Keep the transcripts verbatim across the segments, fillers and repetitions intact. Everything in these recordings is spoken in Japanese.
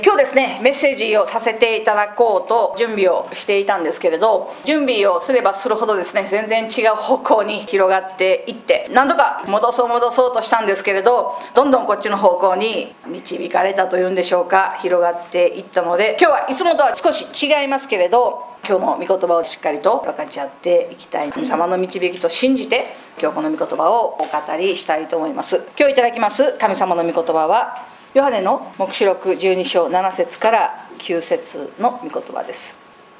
今日ですね、メッセージをさせていただこうと準備をしていたんですけれど、準備をすればするほどですね、全然違う方向に広がっていって、何度か戻そう戻そうとしたんですけれど、どんどんこっちの方向に導かれたというんでしょうか、広がっていったので、今日はいつもとは少し違いますけれど、今日の御言葉をしっかりと分かち合っていきたい。神様の導きと信じて、今日この御言葉をお語りしたいと思います。今日いただきます神様の御言葉は、ヨハネの黙示録じゅうに章なな節からきゅう節の御言葉です。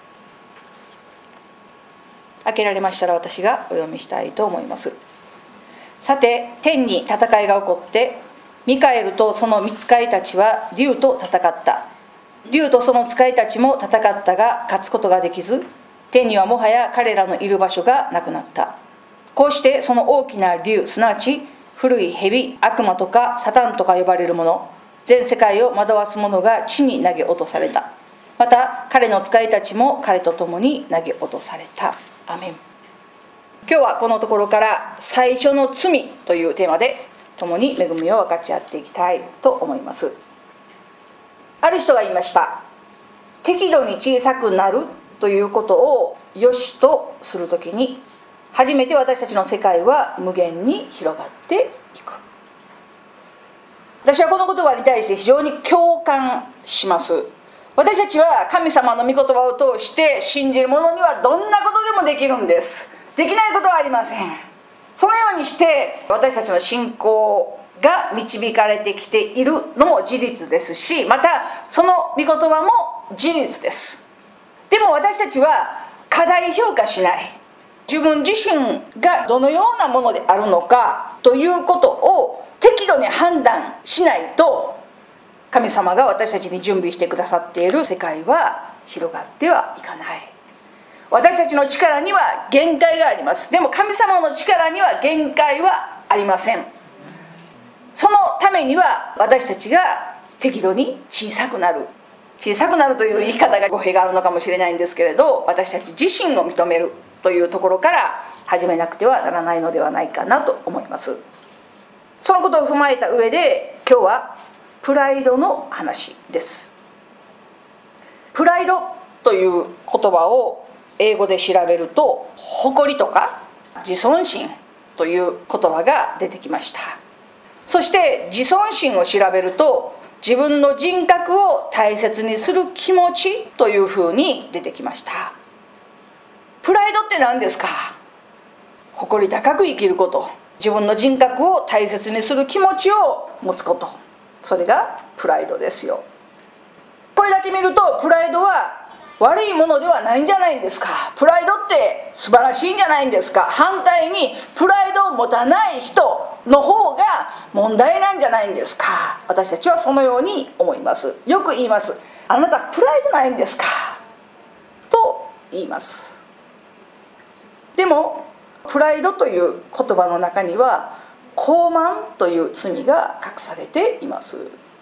開けられましたら私がお読みしたいと思います。さて、天に戦いが起こって、ミカエルとその御使いたちは竜と戦った。竜とその使いたちも戦ったが勝つことができず、天にはもはや彼らのいる場所がなくなった。こうしてその大きな竜、すなわち古い蛇、悪魔とかサタンとか呼ばれるもの、全世界を惑わす者が地に投げ落とされた。また彼の使いたちも彼と共に投げ落とされた。アメン。今日はこのところから最初の罪というテーマで共に恵みを分かち合っていきたいと思います。ある人が言いました。適度に小さくなるということを良しとするときに、初めて私たちの世界は無限に広がっていく。私はこの言葉に対して非常に共感します。私たちは神様の御言葉を通して信じる者にはどんなことでもできるんです。できないことはありません。そのようにして私たちの信仰が導かれてきているのも事実ですし、またその御言葉も事実です。でも私たちは過大評価しない。自分自身がどのようなものであるのかということを適度に判断しないと、神様が私たちに準備してくださっている世界は広がってはいかない。私たちの力には限界があります。でも神様の力には限界はありません。そのためには私たちが適度に小さくなる、小さくなるという言い方が語弊があるのかもしれないんですけれど、私たち自身を認めるというところから始めなくてはならないのではないかなと思います。そのことを踏まえた上で、今日はプライドの話です。プライドという言葉を英語で調べると、誇りとか自尊心という言葉が出てきました。そして自尊心を調べると、自分の人格を大切にする気持ちというふうに出てきました。プライドって何ですか？誇り高く生きること、自分の人格を大切にする気持ちを持つこと、それがプライドですよ。これだけ見ると、プライドは悪いものではないんじゃないんですか。プライドって素晴らしいんじゃないんですか。反対にプライドを持たない人の方が問題なんじゃないんですか。私たちはそのように思います。よく言います。あなたプライドないんですかと言います。でもプライドという言葉の中には傲慢という罪が隠されています。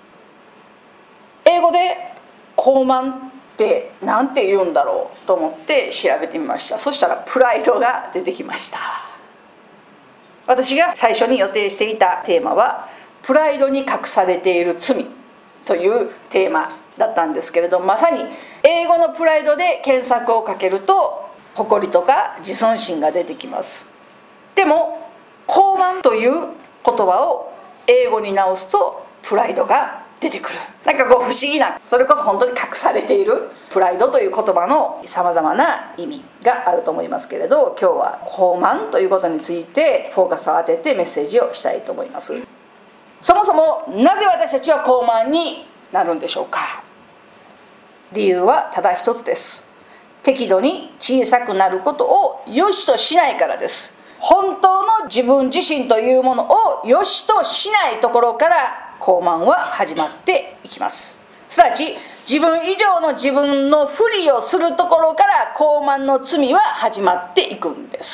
英語で傲慢って何て言うんだろうと思って調べてみました。そしたらプライドが出てきました。私が最初に予定していたテーマはプライドに隠されている罪というテーマだったんですけれど、まさに英語のプライドで検索をかけると誇りとか自尊心が出てきます。でも傲慢という言葉を英語に直すとプライドが出てくる。なんかこう不思議な、それこそ本当に隠されているプライドという言葉のさまざまな意味があると思いますけれど、今日は傲慢ということについてフォーカスを当ててメッセージをしたいと思います。そもそもなぜ私たちは傲慢になるんでしょうか。理由はただ一つです。適度に小さくなることを良しとしないからです。本当の自分自身というものを良しとしないところから傲慢は始まっていきます。すなわち自分以上の自分の不利をするところから傲慢の罪は始まっていくんです。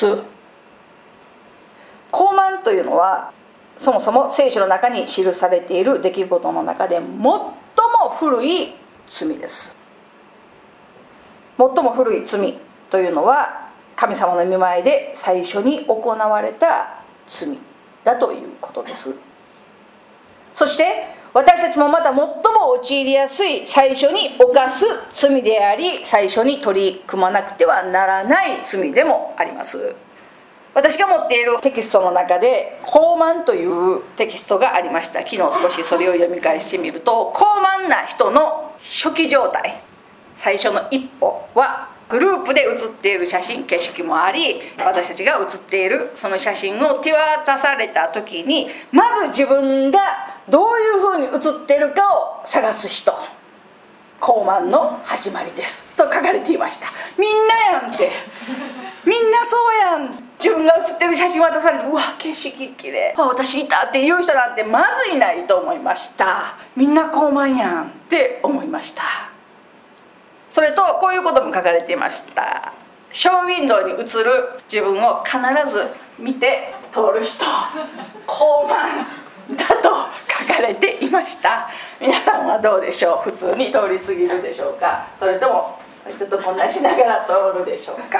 傲慢というのはそもそも聖書の中に記されている出来事の中で最も古い罪です。最も古い罪というのは神様の御前で最初に行われた罪だということです。そして私たちもまた最も陥りやすい最初に犯す罪であり、最初に取り組まなくてはならない罪でもあります。私が持っているテキストの中で高慢というテキストがありました。昨日少しそれを読み返してみると、高慢な人の初期状態、最初の一歩はグループで写っている写真、景色もあり、私たちが写っているその写真を手渡された時に、まず自分がどういうふうに写っているかを探す人、高慢の始まりですと書かれていました。みんなやんって、みんなそうやん、自分が写ってる写真渡されて、うわ景色きれい、あ私いたっていう人なんてまずいないと思いました。みんな高慢やんって思いました。それとこういうことも書かれていました。ショーウィンドウに映る自分を必ず見て通る人、高慢だと書かれていました。皆さんはどうでしょう。普通に通り過ぎるでしょうか、それともちょっとこんなしながら通るでしょうか。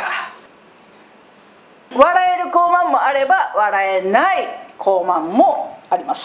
笑える高慢もあれば笑えない高慢もあります。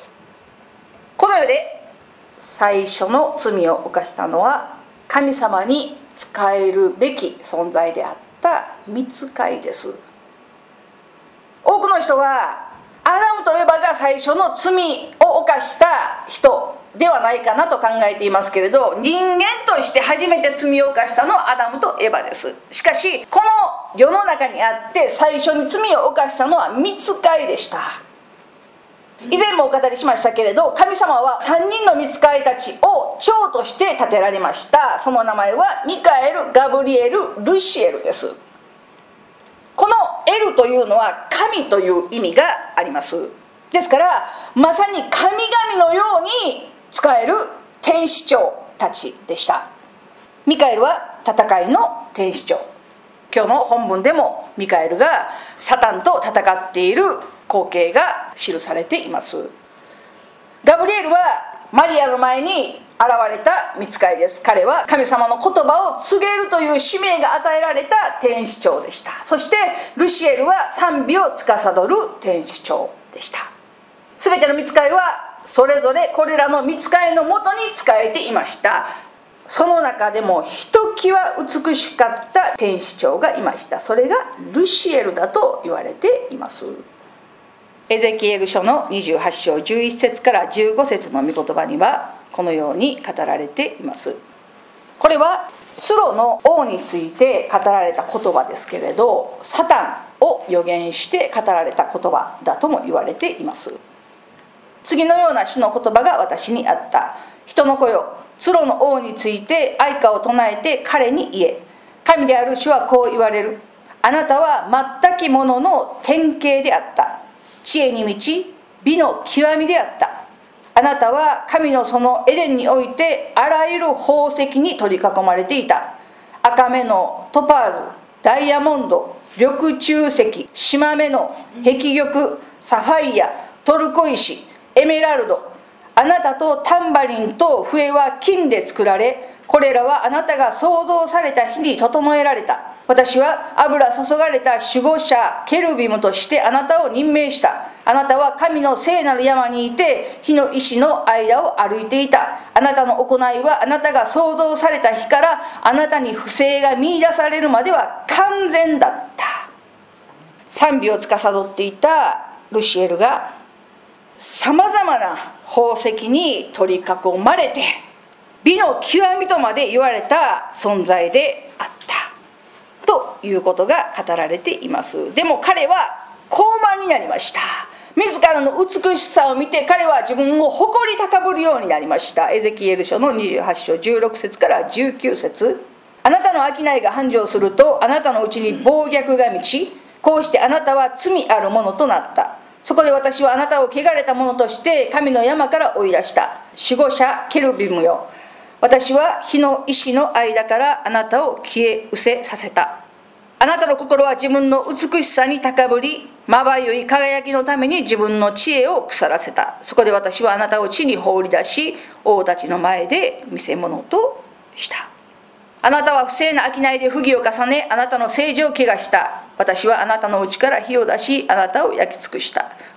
この世で最初の罪を犯したのは神様に仕えるべき存在であった御使いです。多くの人はアダムとエバが最初の罪を犯した人ではないかなと考えていますけれど、人間として初めて罪を犯したのはアダムとエバです。しかしこの世の中にあって最初に罪を犯したのは御使いでした。以前もお語りしましたけれど、神様はさんにんの御使いたちを長として立てられました。その名前はミカエル、ガブリエル、ルシエルです。このエルというのは神という意味があります。ですからまさに神々のように仕える天使長たちでした。ミカエルは戦いの天使長。今日の本文でもミカエルがサタンと戦っている光景が記されています。ガブリエルはマリアの前に現れた御使いです。彼は神様の言葉を告げるという使命が与えられた天使長でした。そしてルシエルは賛美を司る天使長でした。すべての御使いはそれぞれこれらの御使いのもとに仕えていました。その中でもひときわ美しかった天使長がいました。それがルシエルだと言われています。エゼキエル書のにじゅうはち章じゅういっ節からじゅうご節の御言葉にはこのように語られています。これはツロの王について語られた言葉ですけれど、サタンを予言して語られた言葉だとも言われています。次のような主の言葉が私にあった。人の子よ、ツロの王について哀歌を唱えて彼に言え。神である主はこう言われる。あなたは全きものの典型であった。知恵に満ち美の極みであった。あなたは神のそのエデンにおいてあらゆる宝石に取り囲まれていた。赤目のトパーズ、ダイヤモンド、緑中石、縞目の碧玉、サファイア、トルコ石、エメラルド。あなたとタンバリンと笛は金で作られ、これらはあなたが創造された日に整えられた。私は油注がれた守護者ケルビムとしてあなたを任命した。あなたは神の聖なる山にいて火の石の間を歩いていた。あなたの行いはあなたが創造された日からあなたに不正が見出されるまでは完全だった。賛美を司っていたルシエルがさまざまな宝石に取り囲まれて美の極みとまで言われた存在であったということが語られています。でも彼は高慢になりました。自らの美しさを見て彼は自分を誇り高ぶるようになりました。エゼキエル書のにじゅうはち章じゅうろく節からじゅうきゅう節。あなたの商いが繁盛するとあなたのうちに暴虐が満ち、こうしてあなたは罪あるものとなった。そこで私はあなたを汚れたものとして神の山から追い出した。守護者ケルビムよ、私は火の石の間からあなたを消え失せさせた。あなたの心は自分の美しさに高ぶり、まばゆい輝きのために自分の知恵を腐らせた。そこで私はあなたを地に放り出し、王たちの前で見せ物とした。あなたは不正な商いで不義を重ね、あなたの政治を汚した。私はあなたのうちから火を出し、あなたを焼き尽くした。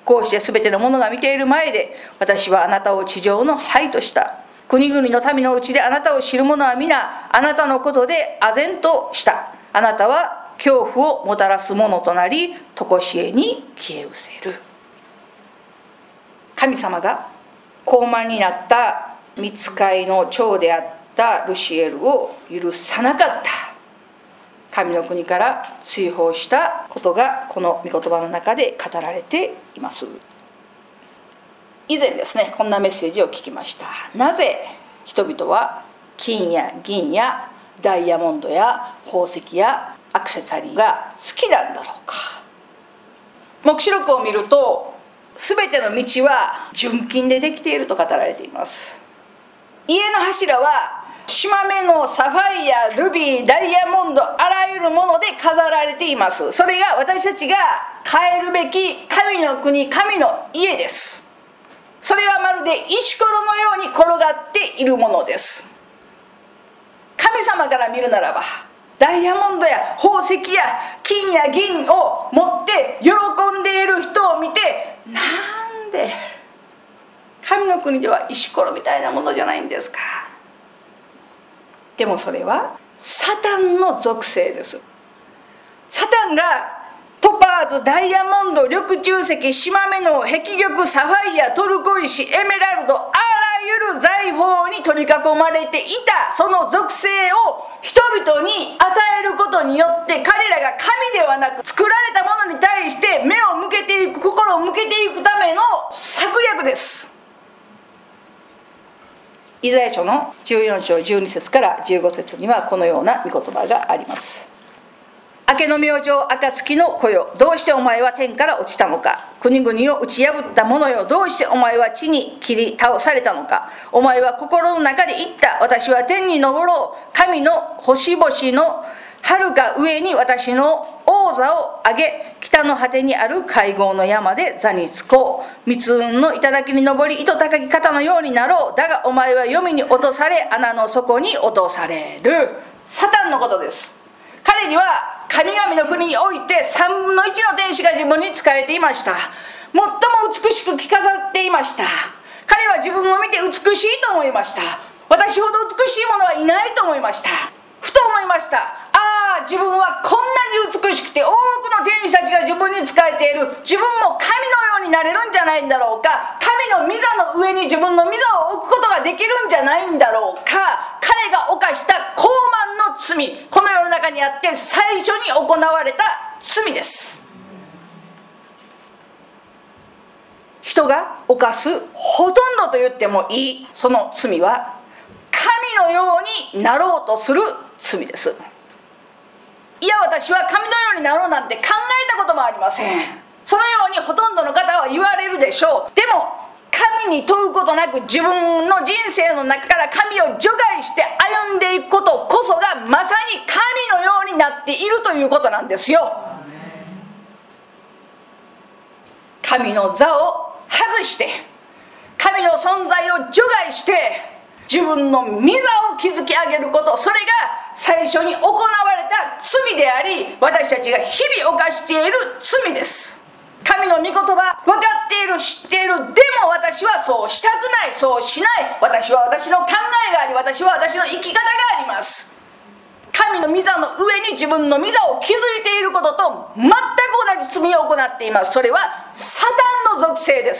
こうしてすべての者が見ている前で、私はあなたを地上の灰とした。国々の民のうちであなたを知る者は皆あなたのことで唖然とした。あなたは恐怖をもたらすものとなり、常しえに消え失せる。神様が高慢になった御使いの長であったルシエルを許さなかった。神の国から追放したことがこの御言葉の中で語られています。以前ですね、こんなメッセージを聞きました。なぜ人々は金や銀やダイヤモンドや宝石やアクセサリーが好きなんだろうか。黙示録を見ると、全ての道は純金でできていると語られています。家の柱は縞目のサファイア、ルビー、ダイヤモンド、あらゆるもので飾られています。それが私たちが帰るべき神の国、神の家です。それはまるで石ころのように転がっているものです。神様から見るならば、ダイヤモンドや宝石や金や銀を持って喜んでいる人を見て、なんで神の国では石ころみたいなものじゃないんですか。でもそれはサタンの属性です。サタンがトパーズ、ダイヤモンド、緑柱石、縞目の碧玉、サファイア、トルコ石、エメラルド、あらゆる財宝に取り囲まれていたその属性を人々に与えることによって、彼らが神ではなく作られたものに対して目を向けていく、心を向けていくための策略です。イザヤ書のじゅうよん章じゅうに節からじゅうご節にはこのような御言葉があります。明けの明星、暁の子よ、どうしてお前は天から落ちたのか。国々を打ち破った者よ、どうしてお前は地に切り倒されたのか。お前は心の中で言った。私は天に昇ろう。神の星々の遥か上に私の王座を上げ、北の果てにある会合の山で座につこう。密雲の頂に登り、糸高き方のようになろう。だがお前は黄泉に落とされ、穴の底に落とされる。サタンのことです。彼には神々の国においてさんぶんのいちの天使が自分に仕えていました。最も美しく着飾っていました。彼は自分を見て美しいと思いました。私ほど美しいものはいないと思いました。ふと思いました。ああ、自分はこんなに美しくて多くの天使たちが自分に仕えている。自分も神のようになれるんじゃないんだろうか。神の御座の上に自分の御座を置くことができるんじゃないんだろうか。彼が犯した高慢の罪、この世の中にあって最初に行われた罪です。人が犯すほとんどと言ってもいいその罪は、神のようになろうとする罪です。いや、私は神のようになろうなんて考えたこともありません。そのようにほとんどの方は言われるでしょう。でも神に問うことなく自分の人生の中から神を除外して歩んでいくことこそが、まさに神のようになっているということなんですよ。神の座を外して、神の存在を除外して、自分の御座を築き上げること、それが最初に行われた罪であり、私たちが日々犯している罪です。神の御言葉、分かっている、知っている。でも私はそうしたくない、そうしない。私は私の考えがあり、私は私の生き方があります。神の御座の上に自分の御座を築いていることと全く同じ罪を行っています。それはサタンの属性です。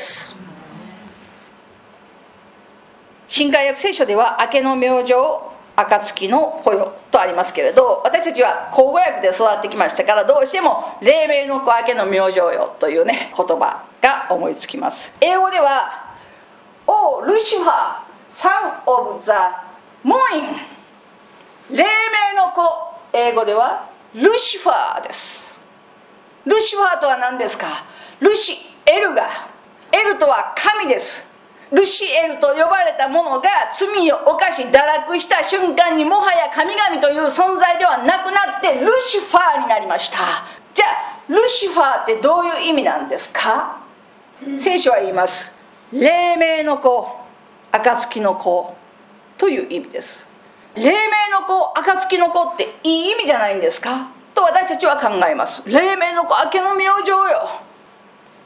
新海訳聖書では明けの明星、暁の子よとありますけれど、私たちは口語訳で育ってきましたから、どうしても黎明の子、明けの明星よというね言葉が思いつきます。英語では O ルシファー Son of the Morning、 黎明の子、英語ではルシファーです。ルシファーとは何ですか。ルシエルが、エルとは神です。ルシエルと呼ばれた者が罪を犯し堕落した瞬間に、もはや神々という存在ではなくなってルシファーになりました。じゃあルシファーってどういう意味なんですか。聖書は言います。黎明の子、暁の子という意味です。黎明の子、暁の子っていい意味じゃないんですかと私たちは考えます。黎明の子、明けの明星よ。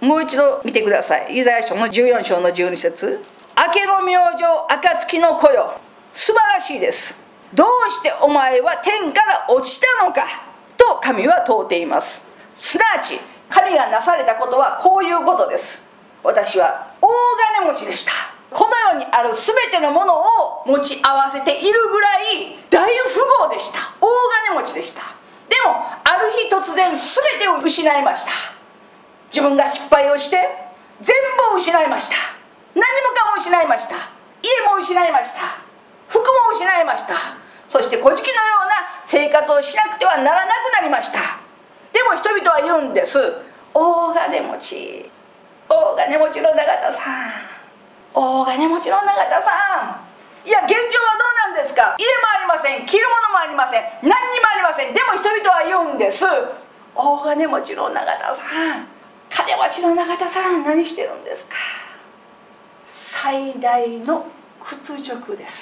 もう一度見てください。イザヤ書のじゅうよん章のじゅうに節。明けの明星、暁の子よ、素晴らしいです。どうしてお前は天から落ちたのかと神は問うています。すなわち神がなされたことはこういうことです。私は大金持ちでした。この世にある全てのものを持ち合わせているぐらい大富豪でした。大金持ちでした。でもある日突然全てを失いました。自分が失敗をして全部を失いました。何もかも失いました。家も失いました。服も失いました。そして小じきのような生活をしなくてはならなくなりました。でも人々は言うんです。大金持ち、大金持ちの永田さん、大金持ちの永田さん、いや現状はどうなんですか。家もありません、着るものもありません、何にもありません。でも人々は言うんです。大金持ちの永田さん、金持ちの永田さん、何してるんですか。最大の屈辱です。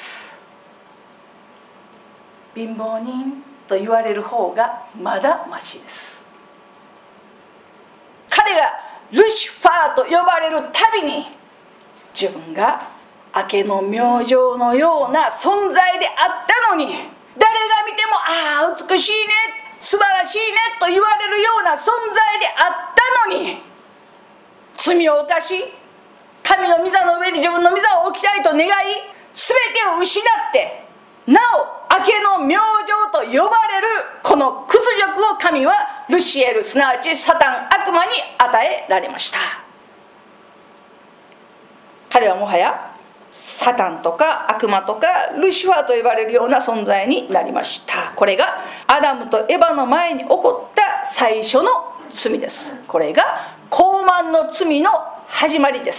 貧乏人と言われる方がまだマシです。彼がルシファーと呼ばれるたびに自分が明けの明星のような存在であったのに、誰が見てもああ美しいね、素晴らしいねと言われるような存在であったのに、罪を犯し神の御座の上に自分の御座を置きたいと願い、全てを失ってなお明けの明星と呼ばれるこの屈辱を神はルシエル、すなわちサタン、悪魔に与えられました。彼はもはやサタンとか悪魔とかルシファーと呼ばれるような存在になりました。これがアダムとエバの前に起こった最初の罪です。これが傲慢の罪の始まりです。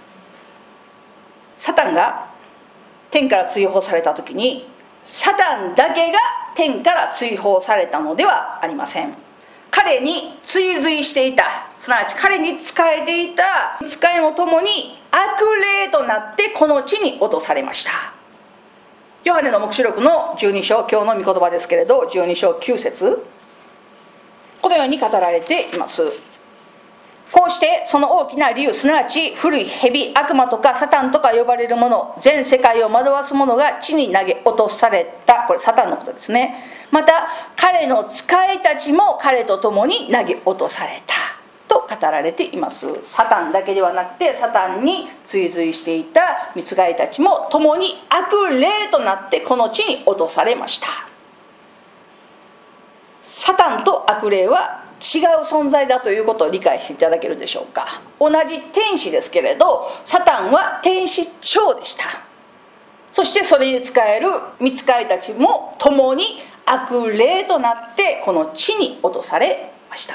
サタンが天から追放された時に、サタンだけが天から追放されたのではありません。彼に追随していた、すなわち彼に仕えていた仕えもともに悪霊となってこの地に落とされました。ヨハネの黙示録のじゅうに章、今日の御言葉ですけれどじゅうに章きゅう節、このように語られています。こうしてその大きな理由、すなわち古い蛇、悪魔とかサタンとか呼ばれるもの、全世界を惑わす者が地に投げ落とされた、これサタンのことですね。また彼の使いたちも彼と共に投げ落とされたと語られています。サタンだけではなくて、サタンに追随していた御使いたちも共に悪霊となってこの地に落とされました。サタンと悪霊は違う存在だということを理解していただけるでしょうか。同じ天使ですけれど、サタンは天使長でした。そしてそれに仕える御使いたちも共に悪霊となってこの地に落とされました。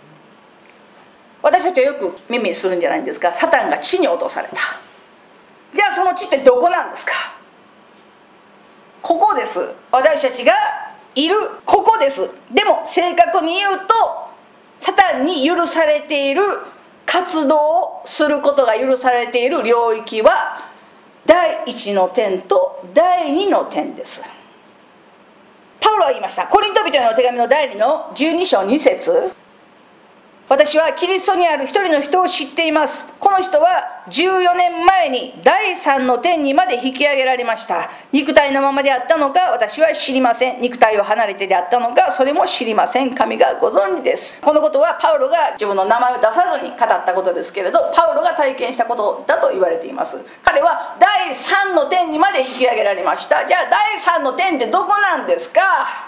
私たちはよく耳にするんじゃないんですか。サタンが地に落とされた。じゃあその地ってどこなんですか。ここです。私たちがいるここです。でも正確に言うと、サタンに許されている活動をすることが許されている領域は第一の天と第二の天です。パウロは言いました。コリント人への手紙の第二のじゅうに章に節、私はキリストにある一人の人を知っています。この人はじゅうよねんまえに第三の天にまで引き上げられました。肉体のままであったのか私は知りません。肉体を離れてであったのかそれも知りません。神がご存知です。このことはパウロが自分の名前を出さずに語ったことですけれど、パウロが体験したことだと言われています。彼は第三の天にまで引き上げられました。じゃあ第三の天ってどこなんですか。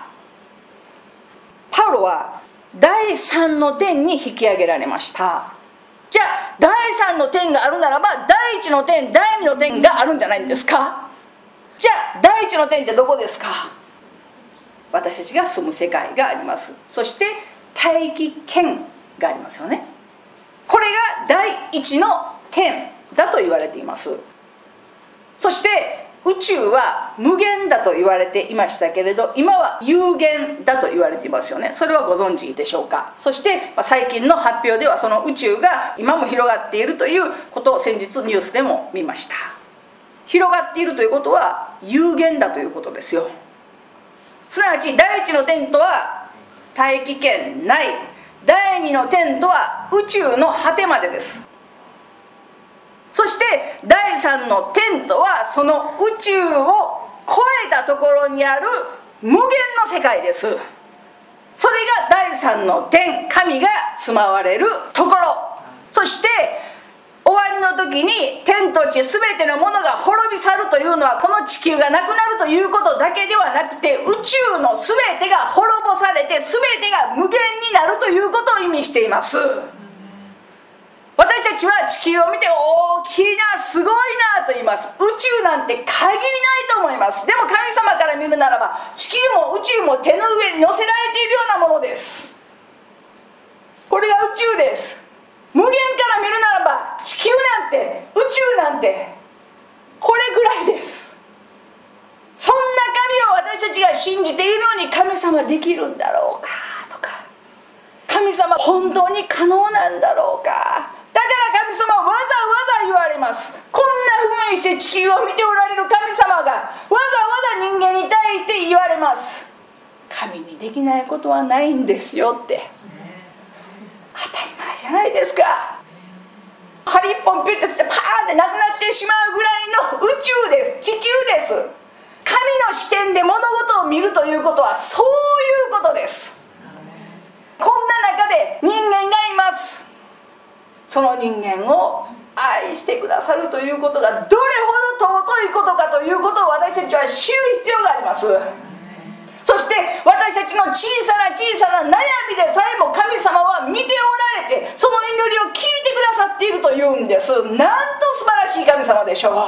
パウロは第三の天に引き上げられました。じゃあ第三の天があるならば第一の天、第二の天があるんじゃないんですか。じゃあ第一の天ってどこですか。私たちが住む世界があります。そして大気圏がありますよね。これが第一の天だと言われています。そして宇宙は無限だと言われていましたけれど、今は有限だと言われていますよね。それはご存知でしょうか。そして最近の発表ではその宇宙が今も広がっているということを先日ニュースでも見ました。広がっているということは有限だということですよ。すなわち第一の天とは大気圏内、 第二の天とは宇宙の果てまでです。そして第三の天とはその宇宙を超えたところにある無限の世界です。それが第三の天、神が住まわれるところ。そして終わりの時に天と地全てのものが滅び去るというのは、この地球がなくなるということだけではなくて、宇宙の全てが滅ぼされて全てが無限になるということを意味しています。私たちは地球を見て大きいな、すごいなと言います。宇宙なんて限りないと思います。でも神様から見るならば、地球も宇宙も手の上に乗せられているようなものです。これが宇宙です。無限から見るならば、地球なんて宇宙なんてこれぐらいです。そんな神を私たちが信じているのに、神様できるんだろうかとか、神様本当に可能なんだろうか、だから神様はわざわざ言われます。こんなふうにして地球を見ておられる神様がわざわざ人間に対して言われます。神にできないことはないんですよって。当たり前じゃないですか。針一本ピュッとしてパーンってなくなってしまうぐらいの宇宙です。地球です。神の視点で物事を見るということはそういうことです。こんな中で人間がいます。その人間を愛してくださるということがどれほど尊いことかということを私たちは知る必要があります。そして私たちの小さな小さな悩みでさえも神様は見ておられて、その祈りを聞いてくださっているというんです。なんと素晴らしい神様でしょう。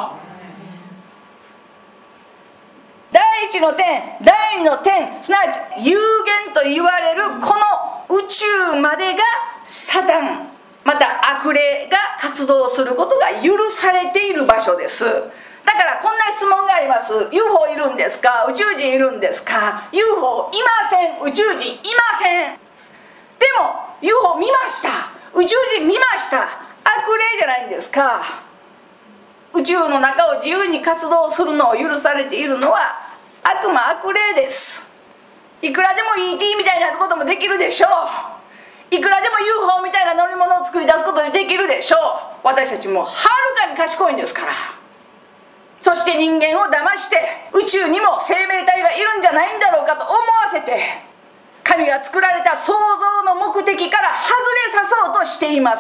第一の天、第二の天、すなわち有限と言われるこの宇宙までがサタン、また悪霊が活動することが許されている場所です。だからこんな質問があります。 ユーフォー いるんですか、宇宙人いるんですか。 ユーフォー いません、宇宙人いません。でも ユーフォー 見ました、宇宙人見ました。悪霊じゃないんですか。宇宙の中を自由に活動するのを許されているのは悪魔、悪霊です。いくらでも イーティー みたいになることもできるでしょう。いくらでも ユーフォー みたいな乗り物を作り出すことでできるでしょう。私たちもはるかに賢いんですから。そして人間を騙して宇宙にも生命体がいるんじゃないんだろうかと思わせて、神が作られた創造の目的から外れさそうとしています。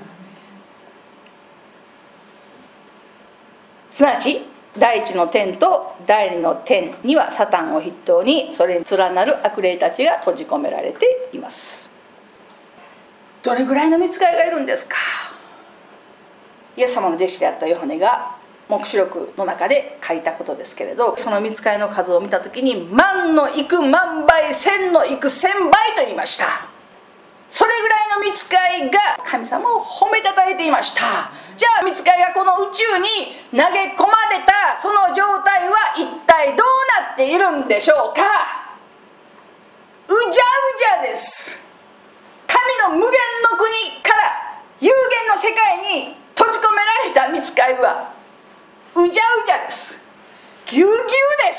すなわち第一の天と第二の天にはサタンを筆頭にそれに連なる悪霊たちが閉じ込められています。どれぐらいの御使いがいるんですか。イエス様の弟子であったヨハネが黙示録の中で書いたことですけれど、その御使いの数を見た時に万の幾万倍、千の幾千倍と言いました。それぐらいの御使いが神様を褒めたたえていました。じゃあ御使いがこの宇宙に投げ込まれたその状態は一体どうなっているんでしょうか。うじゃうじゃです。神の無限の国から有限の世界に閉じ込められた御使いはうじゃうじゃです。ぎゅうぎゅうです。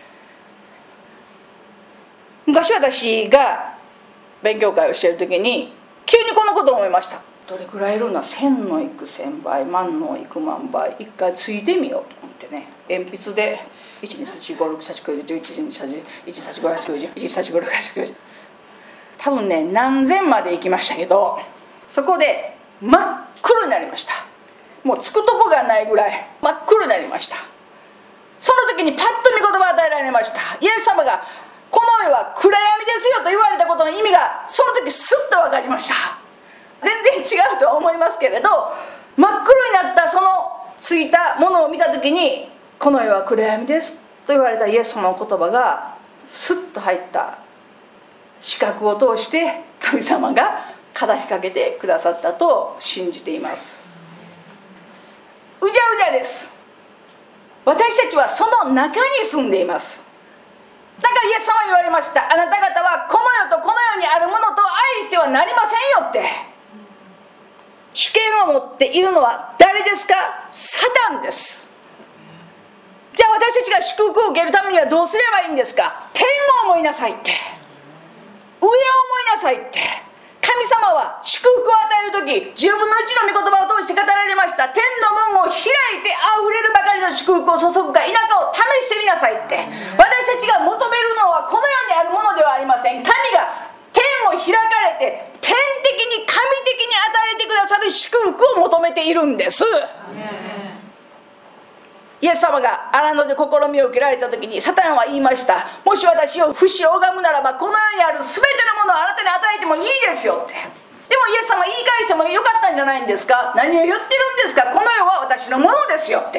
昔私が勉強会をしている時に急にこのことを思いました。どれくらいいるの、千の幾千倍、万の幾万倍、一回ついてみようと思ってね、鉛筆でいちにさんしごろくさんしごじゅういちにさんいちさんしごろくはちきゅうじゅういちさんしごろくはちきゅうじゅう多分ね何千まで行きましたけど、そこで真っ黒になりました。もうつくとこがないぐらい真っ黒になりました。その時にパッと御言葉を与えられました。イエス様がこの世は暗闇ですよと言われたことの意味がその時スッと分かりました。全然違うとは思いますけれど、真っ黒になったそのついたものを見た時にこの世は暗闇ですと言われたイエス様の言葉がスッと入った視覚を通して神様が語りかけてくださったと信じています。うじゃうじゃです。私たちはその中に住んでいます。だからイエス様は言われました。あなた方はこの世とこの世にあるものと愛してはなりませんよって。主権を持っているのは誰ですか。サタンです。じゃあ私たちが祝福を受けるためにはどうすればいいんですか。天を思いなさいって、上を思いなさいって。神様は祝福を与える時、じゅうぶんのいちの御言葉を通して語られました。天の門を開いてあふれるばかりの祝福を注ぐか否かを試してみなさいって。私たちが求めるのはこの世にあるものではありません。神が天を開かれて天的に神的に与えてくださる祝福を求めているんです。イエス様が荒野で試みを受けられた時にサタンは言いました。もし私を不死を拝むならばこの世にある全てのものをあなたに与えてもいいですよって。でもイエス様言い返してもよかったんじゃないんですか。何を言ってるんですか。この世は私のものですよって。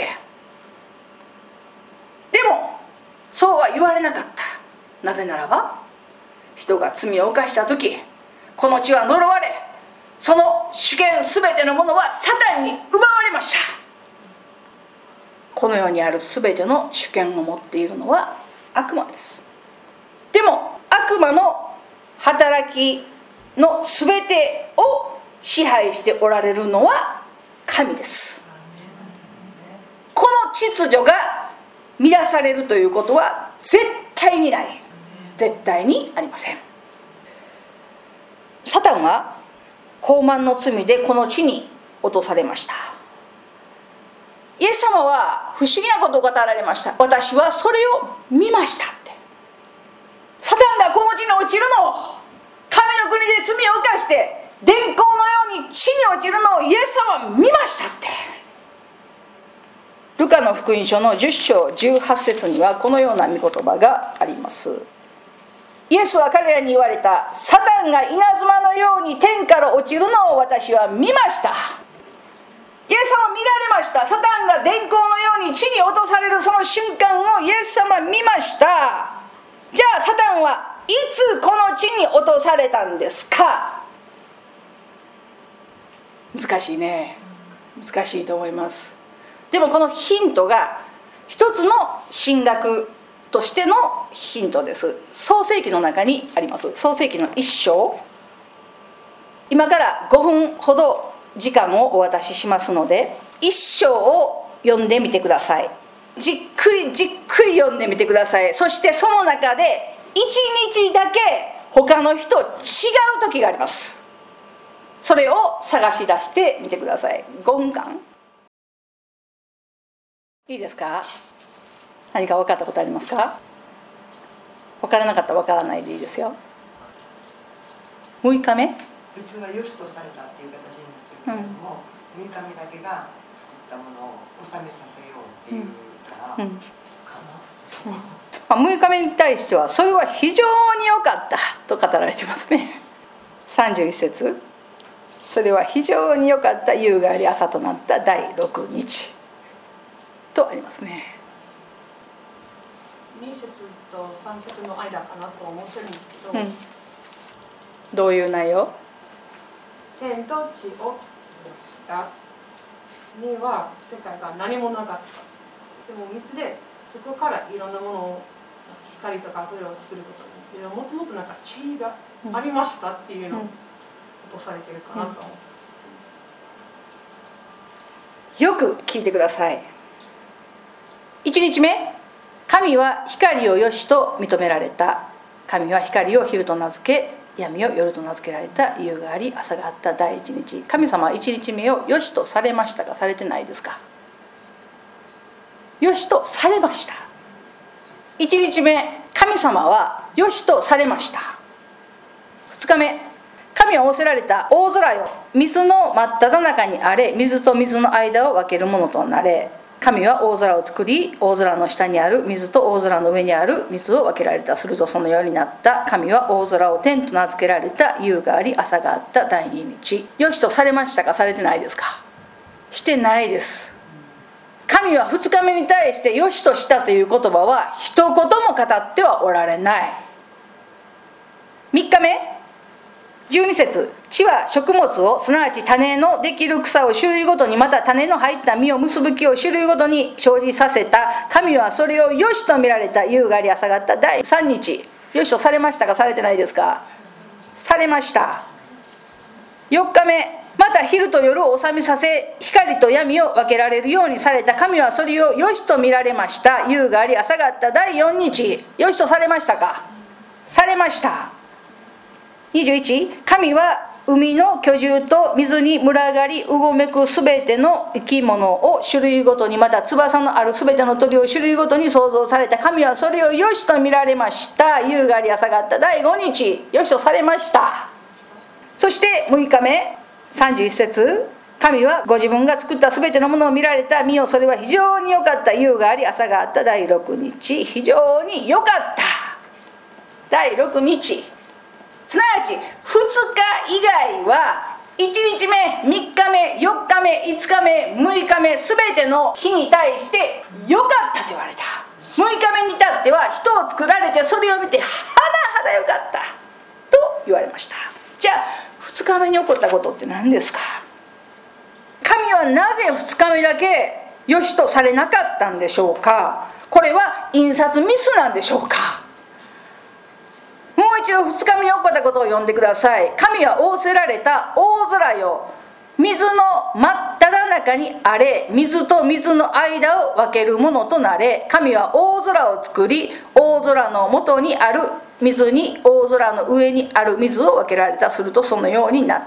でもそうは言われなかった。なぜならば人が罪を犯した時、この地は呪われ、その主権全てのものはサタンに奪われました。この世にある全ての主権を持っているのは悪魔です。でも悪魔の働きの全てを支配しておられるのは神です。この秩序が乱されるということは絶対にない。絶対にありません。サタンは傲慢の罪でこの地に落とされました。イエス様は不思議なことを語られました。私はそれを見ましたって。サタンがこの地に落ちるのを、神の国で罪を犯して電光のように地に落ちるのをイエス様は見ましたって。ルカの福音書のじゅっ章じゅうはち節にはこのような御言葉があります。イエスは彼らに言われた。サタンが稲妻のように天から落ちるのを私は見ました。イエス様見られました。サタンが電光のように地に落とされるその瞬間をイエス様見ました。じゃあサタンはいつこの地に落とされたんですか。難しいね。難しいと思います。でもこのヒントが一つの神学としてのヒントです。創世記の中にあります。創世記の一章、今からごふんほど時間をお渡ししますので一章を読んでみてください。じっくりじっくり読んでみてください。そしてその中で一日だけ他の人違う時があります。それを探し出してみてください。ごふんかんいいですか。何か分かったことありますか。分からなかったら分からないでいいですよ。むいかめ普通は良しとされたっていう形になってるけれども、うん、むいかめだけが作ったものを納めさせようっていうから、うんうん、かな、うんまあ、むいかめに対してはそれは非常に良かったと語られてますね。さんじゅういち節、それは非常に良かった夕があり朝となっただいろくにちとありますね。 に節とさん節の間かなと思ってるんですけど、うん、 どういう内容。 天と地を作りましたには世界が何もなかった。でも水でそこからいろんなものを光とかそれを作ることにもともとなんか地がありましたっていうのを落とされてるかなと思って、 うん、よく聞いてください。いちにちめ、神は光をよしと認められた。神は光を昼と名付け闇を夜と名付けられた。夕があり朝があっただいいちにち。神様はいちにちめをよしとされましたか、されてないですか。よしとされました。いちにちめ、神様はよしとされました。ふつかめ、神は仰せられた。大空よ、水の真っ只中にあれ、水と水の間を分けるものとなれ。神は大空を作り、大空の下にある水と大空の上にある水を分けられた。するとそのようになった。神は大空を天と名付けられた。夕があり朝があっただいににち。よしとされましたか、されてないですか。してないです。神はふつかめに対してよしとしたという言葉は一言も語ってはおられない。みっかめ、じゅうに節、地は食物を、すなわち種のできる草を種類ごとに、また種の入った実を結ぶ木を種類ごとに生じさせた。神はそれをよしと見られた。夕があり朝があっただいさんにち。よしとされましたか、されてないですか。されました。よっかめ、また昼と夜を収めさせ、光と闇を分けられるようにされた。神はそれをよしと見られました。夕があり朝があっただいよんにち。よしとされましたか、されました。 にじゅういち、神は海の居住と水に群がりうごめくすべての生き物を種類ごとに、また翼のあるすべての鳥を種類ごとに創造された。神はそれをよしと見られました。夕があり朝があっただいごにち、よしとされました。そしてむいかめさんじゅういっ節、神はご自分が作ったすべてのものを見られた。見よ、それは非常に良かった。夕があり朝があっただいろくにち、非常に良かった。だいろくにち、すなわちふつか以外はいちにちめ、みっかめ、よっかめ、いつかめ、むいかめ、すべての日に対して良かったと言われた。むいかめに至っては人を作られてそれを見てはなはだ良かったと言われました。じゃあふつかめに起こったことって何ですか？神はなぜふつかめだけ良しとされなかったんでしょうか？これは印刷ミスなんでしょうか？もう一度ふつかめに起こったことを読んでください。神は仰せられた。大空よ、水の真っただ中にあれ、水と水の間を分けるものとなれ。神は大空を作り、大空の元にある水に大空の上にある水を分けられた。するとそのようになった。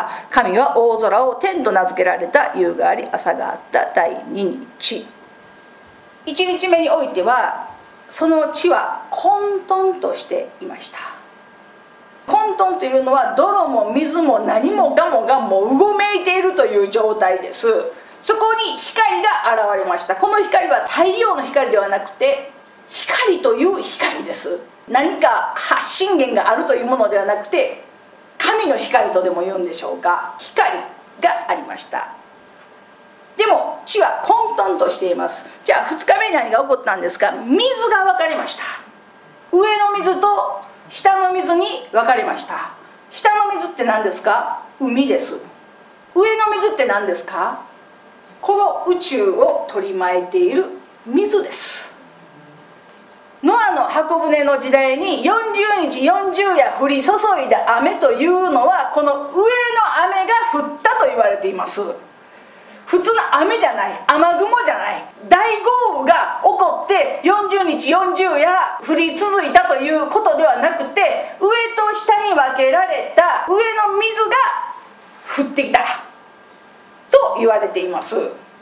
神は大空を天と名付けられた。夕があり朝があっただいににち。いちにちめにおいてはその地は混沌としていました。混沌というのは泥も水も何もかもがもううごめいているという状態です。そこに光が現れました。この光は太陽の光ではなくて光という光です。何か発信源があるというものではなくて神の光とでも言うんでしょうか。光がありました。でも地は混沌としています。じゃあふつかめに何が起こったんですか？水が分かれました。上の水と下の水に分かれました。下の水って何ですか？海です。上の水って何ですか？この宇宙を取り巻いている水です。ノアの箱舟の時代によんじゅうにちよんじゅうや降り注いだ雨というのはこの上の雨が降ったと言われています。普通の雨じゃない、雨雲じゃない、大豪雨が起こってよんじゅうにちよんじゅう夜降り続いたということではなくて、上と下に分けられた上の水が降ってきたと言われています。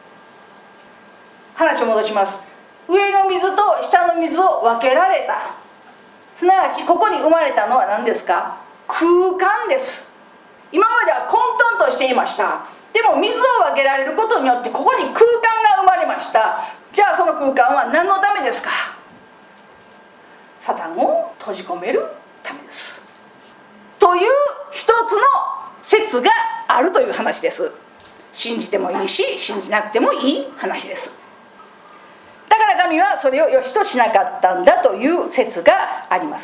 話を戻します。上の水と下の水を分けられた、すなわちここに生まれたのは何ですか？空間です。今までは混沌としていました。でも水を分けられることによってここに空間が生まれました。じゃあその空間は何のためですか？サタンを閉じ込めるためです。という一つの説があるという話です。信じてもいいし信じなくてもいい話です。だから神はそれを良しとしなかったんだという説があります。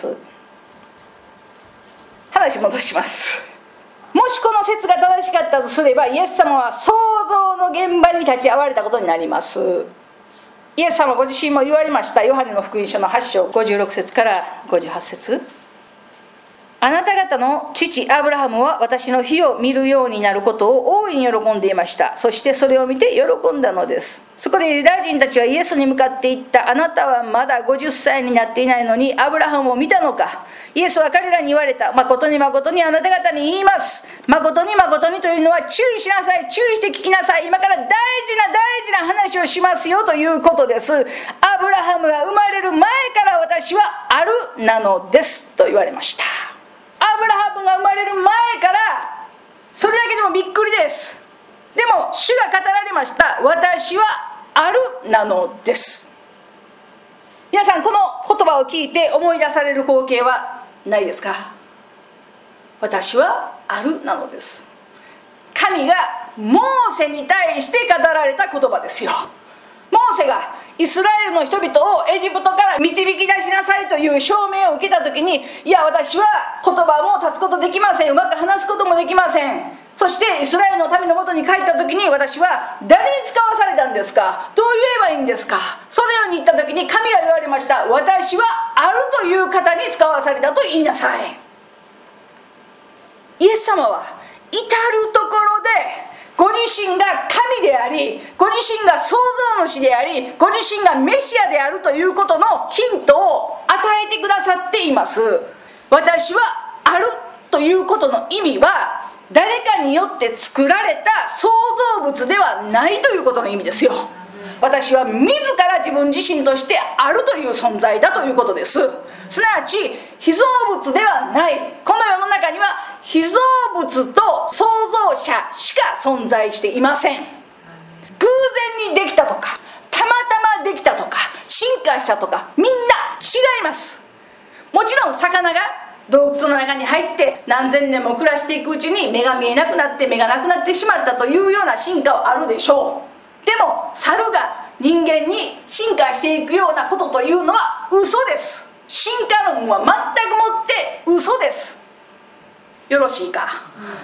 話戻します。もしこの説が正しかったとすれば、イエス様は創造の現場に立ち会われたことになります。イエス様ご自身も言われました。ヨハネの福音書のはちしょうごじゅうろくせつからごじゅうはちせつ、あなた方の父アブラハムは私の日を見るようになることを大いに喜んでいました。そしてそれを見て喜んだのです。そこでユダヤ人たちはイエスに向かって言った。あなたはまだごじゅっさいになっていないのにアブラハムを見たのか？イエスは彼らに言われた。誠に誠にあなた方に言います。誠に誠にというのは注意しなさい、注意して聞きなさい、今から大事な大事な話をしますよということです。アブラハムが生まれる前から私はあるなのですと言われました。アブラハムが生まれる前から、それだけでもびっくりです。でも主が語られました。私はあるなのです。皆さんこの言葉を聞いて思い出される光景はないですか？私はあるなのです。神がモーセに対して語られた言葉ですよ。モーセがイスラエルの人々をエジプトから導き出しなさいという証明を受けた時に、いや私は言葉も立つことできません、うまく話すこともできません。そしてイスラエルの民のもとに帰った時に、私は誰に使わされたんですか、どう言えばいいんですか。そのように言った時に神は言われました。私はあるという方に使わされたと言いなさい。イエス様は至るところでご自身が神であり、ご自身が創造主であり、ご自身がメシアであるということのヒントを与えてくださっています。私はあるとということの意味は誰かによって作られた創造物ではないということの意味ですよ。私は自ら自分自身としてあるという存在だということです。すなわち被造物ではない。この世の中には被造物と創造者しか存在していません。偶然にできたとかたまたまできたとか進化したとかみんな違います。もちろん魚が洞窟の中に入って何千年も暮らしていくうちに目が見えなくなって目がなくなってしまったというような進化はあるでしょう。でも猿が人間に進化していくようなことというのは嘘です。進化論は全くもって嘘です。よろしいか。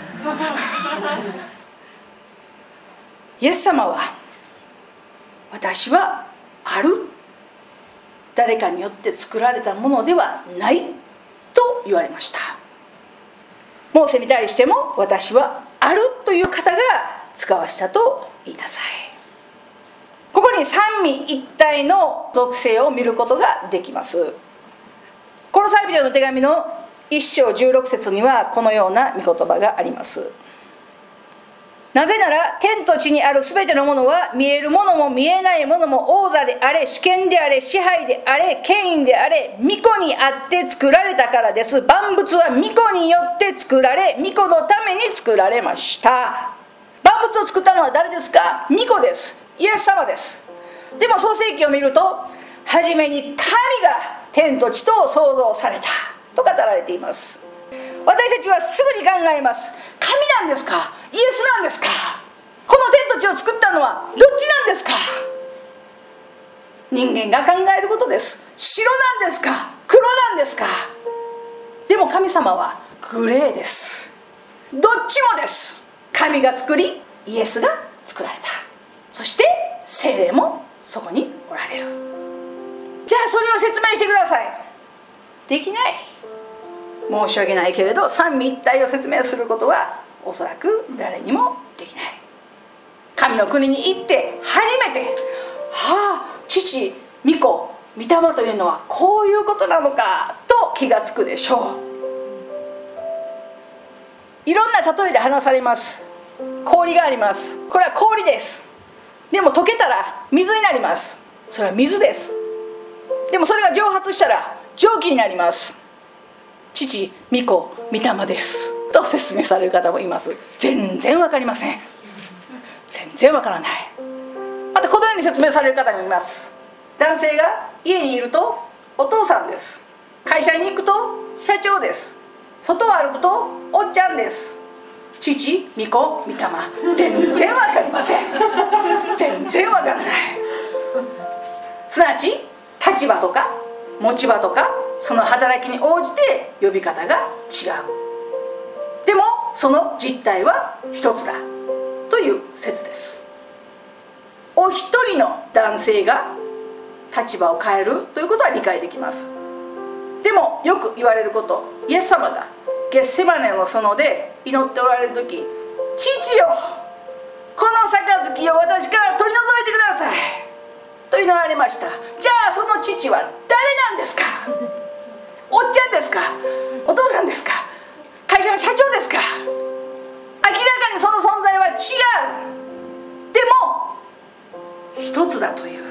イエス様は私はある、誰かによって作られたものではないと言われました。モーセに対しても私はあるという方が使わしたと言いなさい。ここに三位一体の属性を見ることができます。コロサイ人の手紙の一章十六節にはこのような御言葉があります。なぜなら天と地にあるすべてのものは見えるものも見えないものも王座であれ主権であれ支配であれ権威であれ御子にあって作られたからです。万物は御子によって作られ御子のために作られました。万物を作ったのは誰ですか？御子です。イエス様です。でも創世記を見ると初めに神が天と地と創造されたと語られています。私たちはすぐに考えます。神なんですか？イエスなんですか？この天と地を作ったのはどっちなんですか？人間が考えることです。白なんですか？黒なんですか？でも神様はグレーです。どっちもです。神が作りイエスが作られた。そして聖霊もそこにおられる。じゃあそれを説明してください。できない。申し訳ないけれど三位一体を説明することはおそらく誰にもできない。神の国に行って初めてはあ父御子御霊というのはこういうことなのかと気がつくでしょう。いろんな例えで話されます。氷があります。これは氷です。でも溶けたら水になります。それは水です。でもそれが蒸発したら蒸気になります。父御子御霊ですと説明される方もいます。全然わかりません。全然わからない。またこのように説明される方もいます。男性が家にいるとお父さんです。会社に行くと社長です。外を歩くとおっちゃんです。父御子御霊、全然わかりません。全然わからない。すなわち立場とか持ち場とかその働きに応じて呼び方が違う。でもその実態は一つだという説です。お一人の男性が立場を変えるということは理解できます。でもよく言われること、イエス様がゲッセマネの園で祈っておられる時、父よこの杯を私から取り除いてくださいと祈られました。じゃあその父は誰なんですか？おっちゃんですか？お父さんですか？会社の社長ですか？明らかにその存在は違う。でも一つだという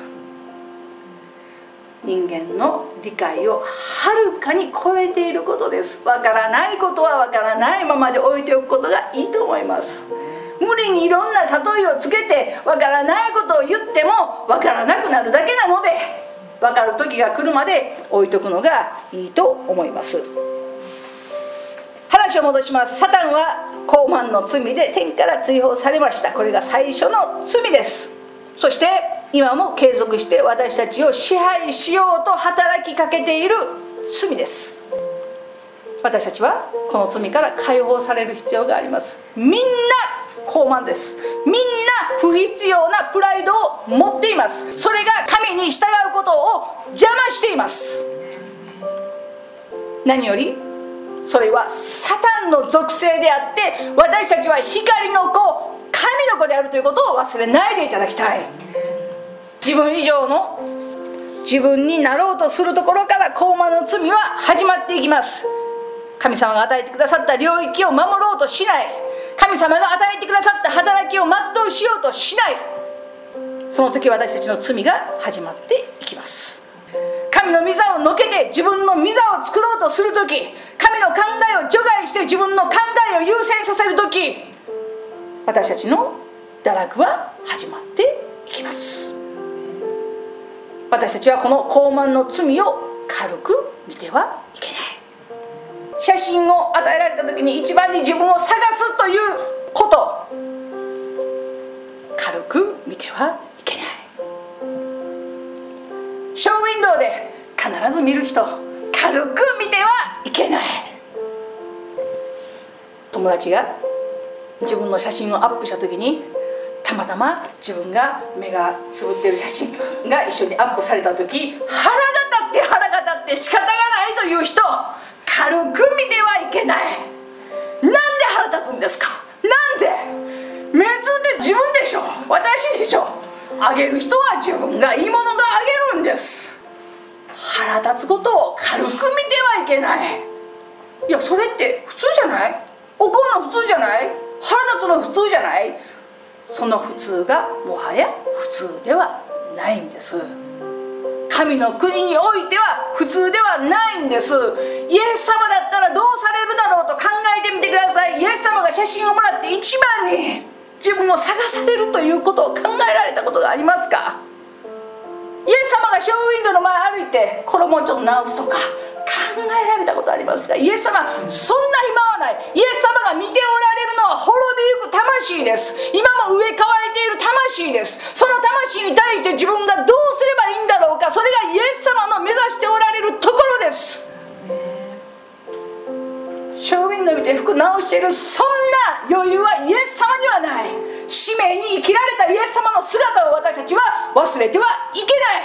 人間の理解をはるかに超えていることです。わからないことはわからないままで置いておくことがいいと思います。無理にいろんな例えをつけてわからないことを言ってもわからなくなるだけなので、わかる時が来るまで置いとくのがいいと思います。話を戻します。サタンは傲慢の罪で天から追放されました。これが最初の罪です。そして今も継続して私たちを支配しようと働きかけている罪です。私たちはこの罪から解放される必要があります。みんな傲慢です。みんな不必要なプライドを持っています。それが神に従うことを邪魔しています。何よりそれはサタンの属性であって、私たちは光の子、神の子であるということを忘れないでいただきたい。自分以上の自分になろうとするところから傲慢の罪は始まっていきます。 神様が与えてくださった領域を守ろうとしない、神様が与えてくださった働きを全うしようとしない、その時私たちの罪が始まっていきます。神の御座をのけて自分の御座を作ろうとする時、神の考えを除外して自分の考えを優先させる時、私たちの堕落は始まっていきます。私たちはこの傲慢の罪を軽く見てはいけない。写真を与えられた時に一番に自分を探すということ、軽く見てはいけない。ショーウィンドウで必ず見る人、軽く見てはいけない。友達が自分の写真をアップした時に、たまたま自分が目がつぶっている写真が一緒にアップされた時、腹が立って腹が立って仕方がないという人、軽く見てはいけない。なんで腹立つんですか。なんで。目つぶって自分でしょ、私でしょ。あげる人は自分がいいものがあげるんです。腹立つことを軽く見てはいけない。いや、それって普通じゃない。怒るの普通じゃない。腹立つの普通じゃない。その普通がもはや普通ではないんです。神の国においては普通ではないんです。イエス様だったらどうされるだろうと考えてみてください。イエス様が写真をもらって一番に自分を探されるということを考えられたことがありますか。イエス様がショーウィンドウの前歩いて衣をちょっと直すとか考えられたことありますか。イエス様そんな暇はない。イエス様が見ておられるのは滅びゆく魂です。今も植え替えている魂です。その魂に対して自分がどうすればいいんだろうか、それがイエス様の目指しておられるところです。ショーウィンドウ見て服直しているそんな余裕はイエス様にはない。使命に生きられたイエス様の姿を私たちは忘れてはいけない。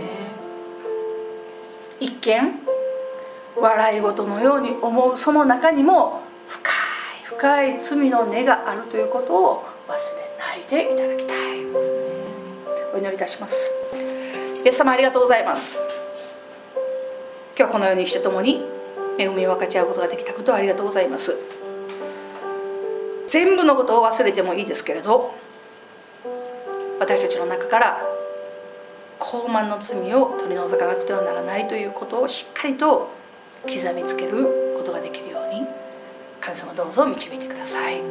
一見笑い事のように思うその中にも深い深い罪の根があるということを忘れないでいただきたい。お祈りいたします。イエス様ありがとうございます。今日このようにして共に恵みを分かち合うことができたことをありがとうございます。全部のことを忘れてもいいですけれど、私たちの中から傲慢の罪を取り除かなくてはならないということをしっかりと刻みつけることができるように神様どうぞ導いてください。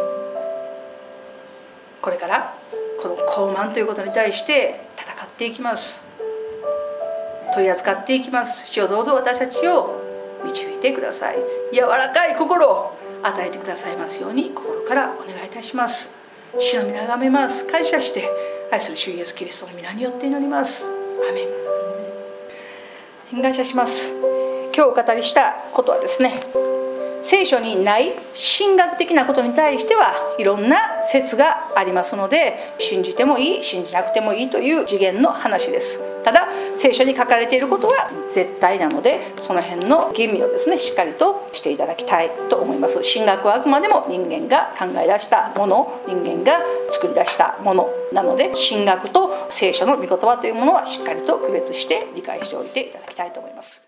これからこの傲慢ということに対して戦っていきます。取り扱っていきます。主よどうぞ私たちを導いてください。柔らかい心を与えてくださいますように心からお願いいたします。主の皆をあがめます。感謝して愛する主イエスキリストの皆によって祈ります。アメン。感謝します。今日お語りしたことはですね、聖書にない神学的なことに対してはいろんな説がありますので、信じてもいい信じなくてもいいという次元の話です。ただ聖書に書かれていることは絶対なので、その辺の吟味をですねしっかりとしていただきたいと思います。神学はあくまでも人間が考え出したもの、人間が作り出したものなので、神学と聖書の御言葉というものはしっかりと区別して理解しておいていただきたいと思います。